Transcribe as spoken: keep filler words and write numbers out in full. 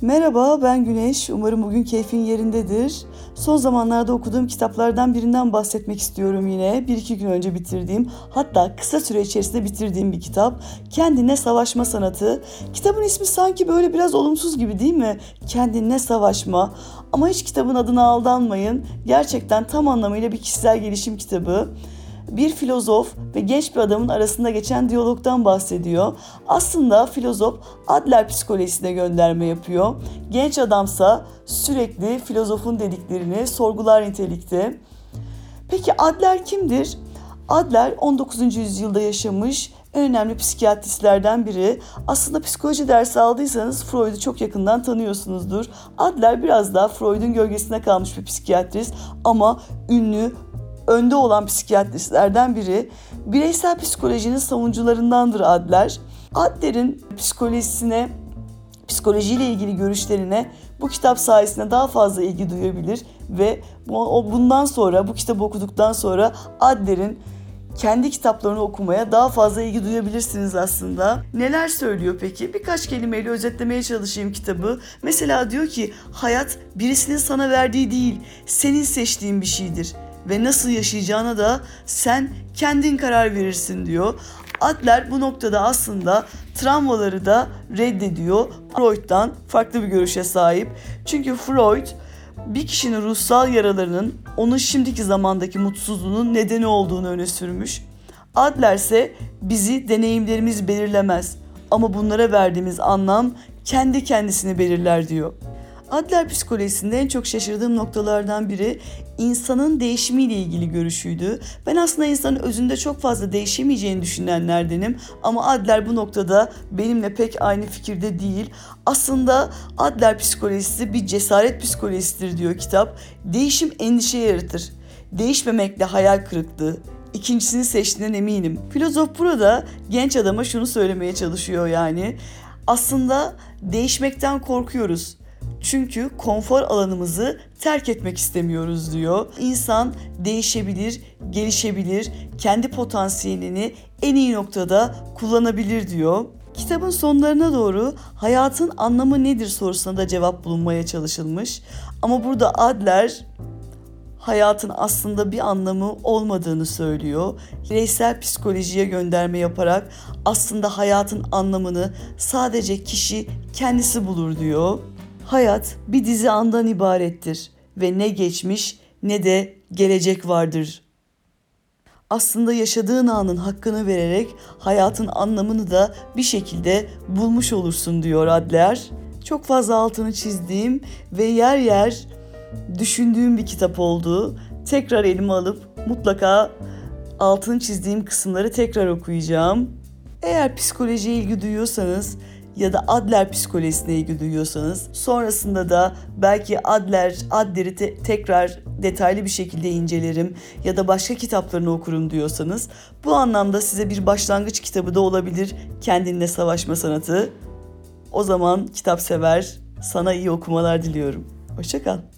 Merhaba, ben Güneş. Umarım bugün keyfin yerindedir. Son zamanlarda okuduğum kitaplardan birinden bahsetmek istiyorum yine. Bir iki gün önce bitirdiğim, hatta kısa süre içerisinde bitirdiğim bir kitap. Kendine Savaşma Sanatı. Kitabın ismi sanki böyle biraz olumsuz gibi değil mi? Kendine savaşma. Ama hiç kitabın adına aldanmayın. Gerçekten tam anlamıyla bir kişisel gelişim kitabı. Bir filozof ve genç bir adamın arasında geçen diyalogdan bahsediyor. Aslında filozof Adler psikolojisine gönderme yapıyor. Genç adamsa sürekli filozofun dediklerini sorgular nitelikte. Peki Adler kimdir? Adler on dokuzuncu yüzyılda yaşamış en önemli psikiyatristlerden biri. Aslında psikoloji dersi aldıysanız Freud'u çok yakından tanıyorsunuzdur. Adler biraz daha Freud'un gölgesine kalmış bir psikiyatrist ama ünlü, önde olan psikiyatristlerden biri. Bireysel psikolojinin savunucularındandır Adler. Adler'in psikolojisine, psikolojiyle ilgili görüşlerine bu kitap sayesinde daha fazla ilgi duyabilir ve bundan sonra, bu kitabı okuduktan sonra Adler'in kendi kitaplarını okumaya daha fazla ilgi duyabilirsiniz aslında. Neler söylüyor peki? Birkaç kelimeyle özetlemeye çalışayım kitabı. Mesela diyor ki, hayat birisinin sana verdiği değil, senin seçtiğin bir şeydir. Ve nasıl yaşayacağına da sen kendin karar verirsin diyor. Adler bu noktada aslında travmaları da reddediyor. Freud'dan farklı bir görüşe sahip. Çünkü Freud bir kişinin ruhsal yaralarının onun şimdiki zamandaki mutsuzluğunun nedeni olduğunu öne sürmüş. Adler ise bizi deneyimlerimiz belirlemez ama bunlara verdiğimiz anlam kendi kendisini belirler diyor. Adler psikolojisinde en çok şaşırdığım noktalardan biri insanın değişimiyle ilgili görüşüydü. Ben aslında insanın özünde çok fazla değişemeyeceğini düşünenlerdenim ama Adler bu noktada benimle pek aynı fikirde değil. Aslında Adler psikolojisi bir cesaret psikolojisidir diyor kitap. Değişim endişe yaratır. Değişmemekle hayal kırıklığı. İkincisini seçtiğinden eminim. Filozof burada genç adama şunu söylemeye çalışıyor yani. Aslında değişmekten korkuyoruz. Çünkü konfor alanımızı terk etmek istemiyoruz diyor. İnsan değişebilir, gelişebilir, kendi potansiyelini en iyi noktada kullanabilir diyor. Kitabın sonlarına doğru hayatın anlamı nedir sorusuna da cevap bulunmaya çalışılmış. Ama burada Adler hayatın aslında bir anlamı olmadığını söylüyor. Bireysel psikolojiye gönderme yaparak aslında hayatın anlamını sadece kişi kendisi bulur diyor. Hayat bir dizi andan ibarettir ve ne geçmiş ne de gelecek vardır. Aslında yaşadığın anın hakkını vererek hayatın anlamını da bir şekilde bulmuş olursun diyor Adler. Çok fazla altını çizdiğim ve yer yer düşündüğüm bir kitap oldu. Tekrar elime alıp mutlaka altını çizdiğim kısımları tekrar okuyacağım. Eğer psikolojiye ilgi duyuyorsanız ya da Adler psikolojisine ilgi duyuyorsanız, sonrasında da belki Adler, Adler'i te- tekrar detaylı bir şekilde incelerim ya da başka kitaplarını okurum diyorsanız, bu anlamda size bir başlangıç kitabı da olabilir Kendinle Savaşma Sanatı. O zaman kitap sever, sana iyi okumalar diliyorum. Hoşça kal.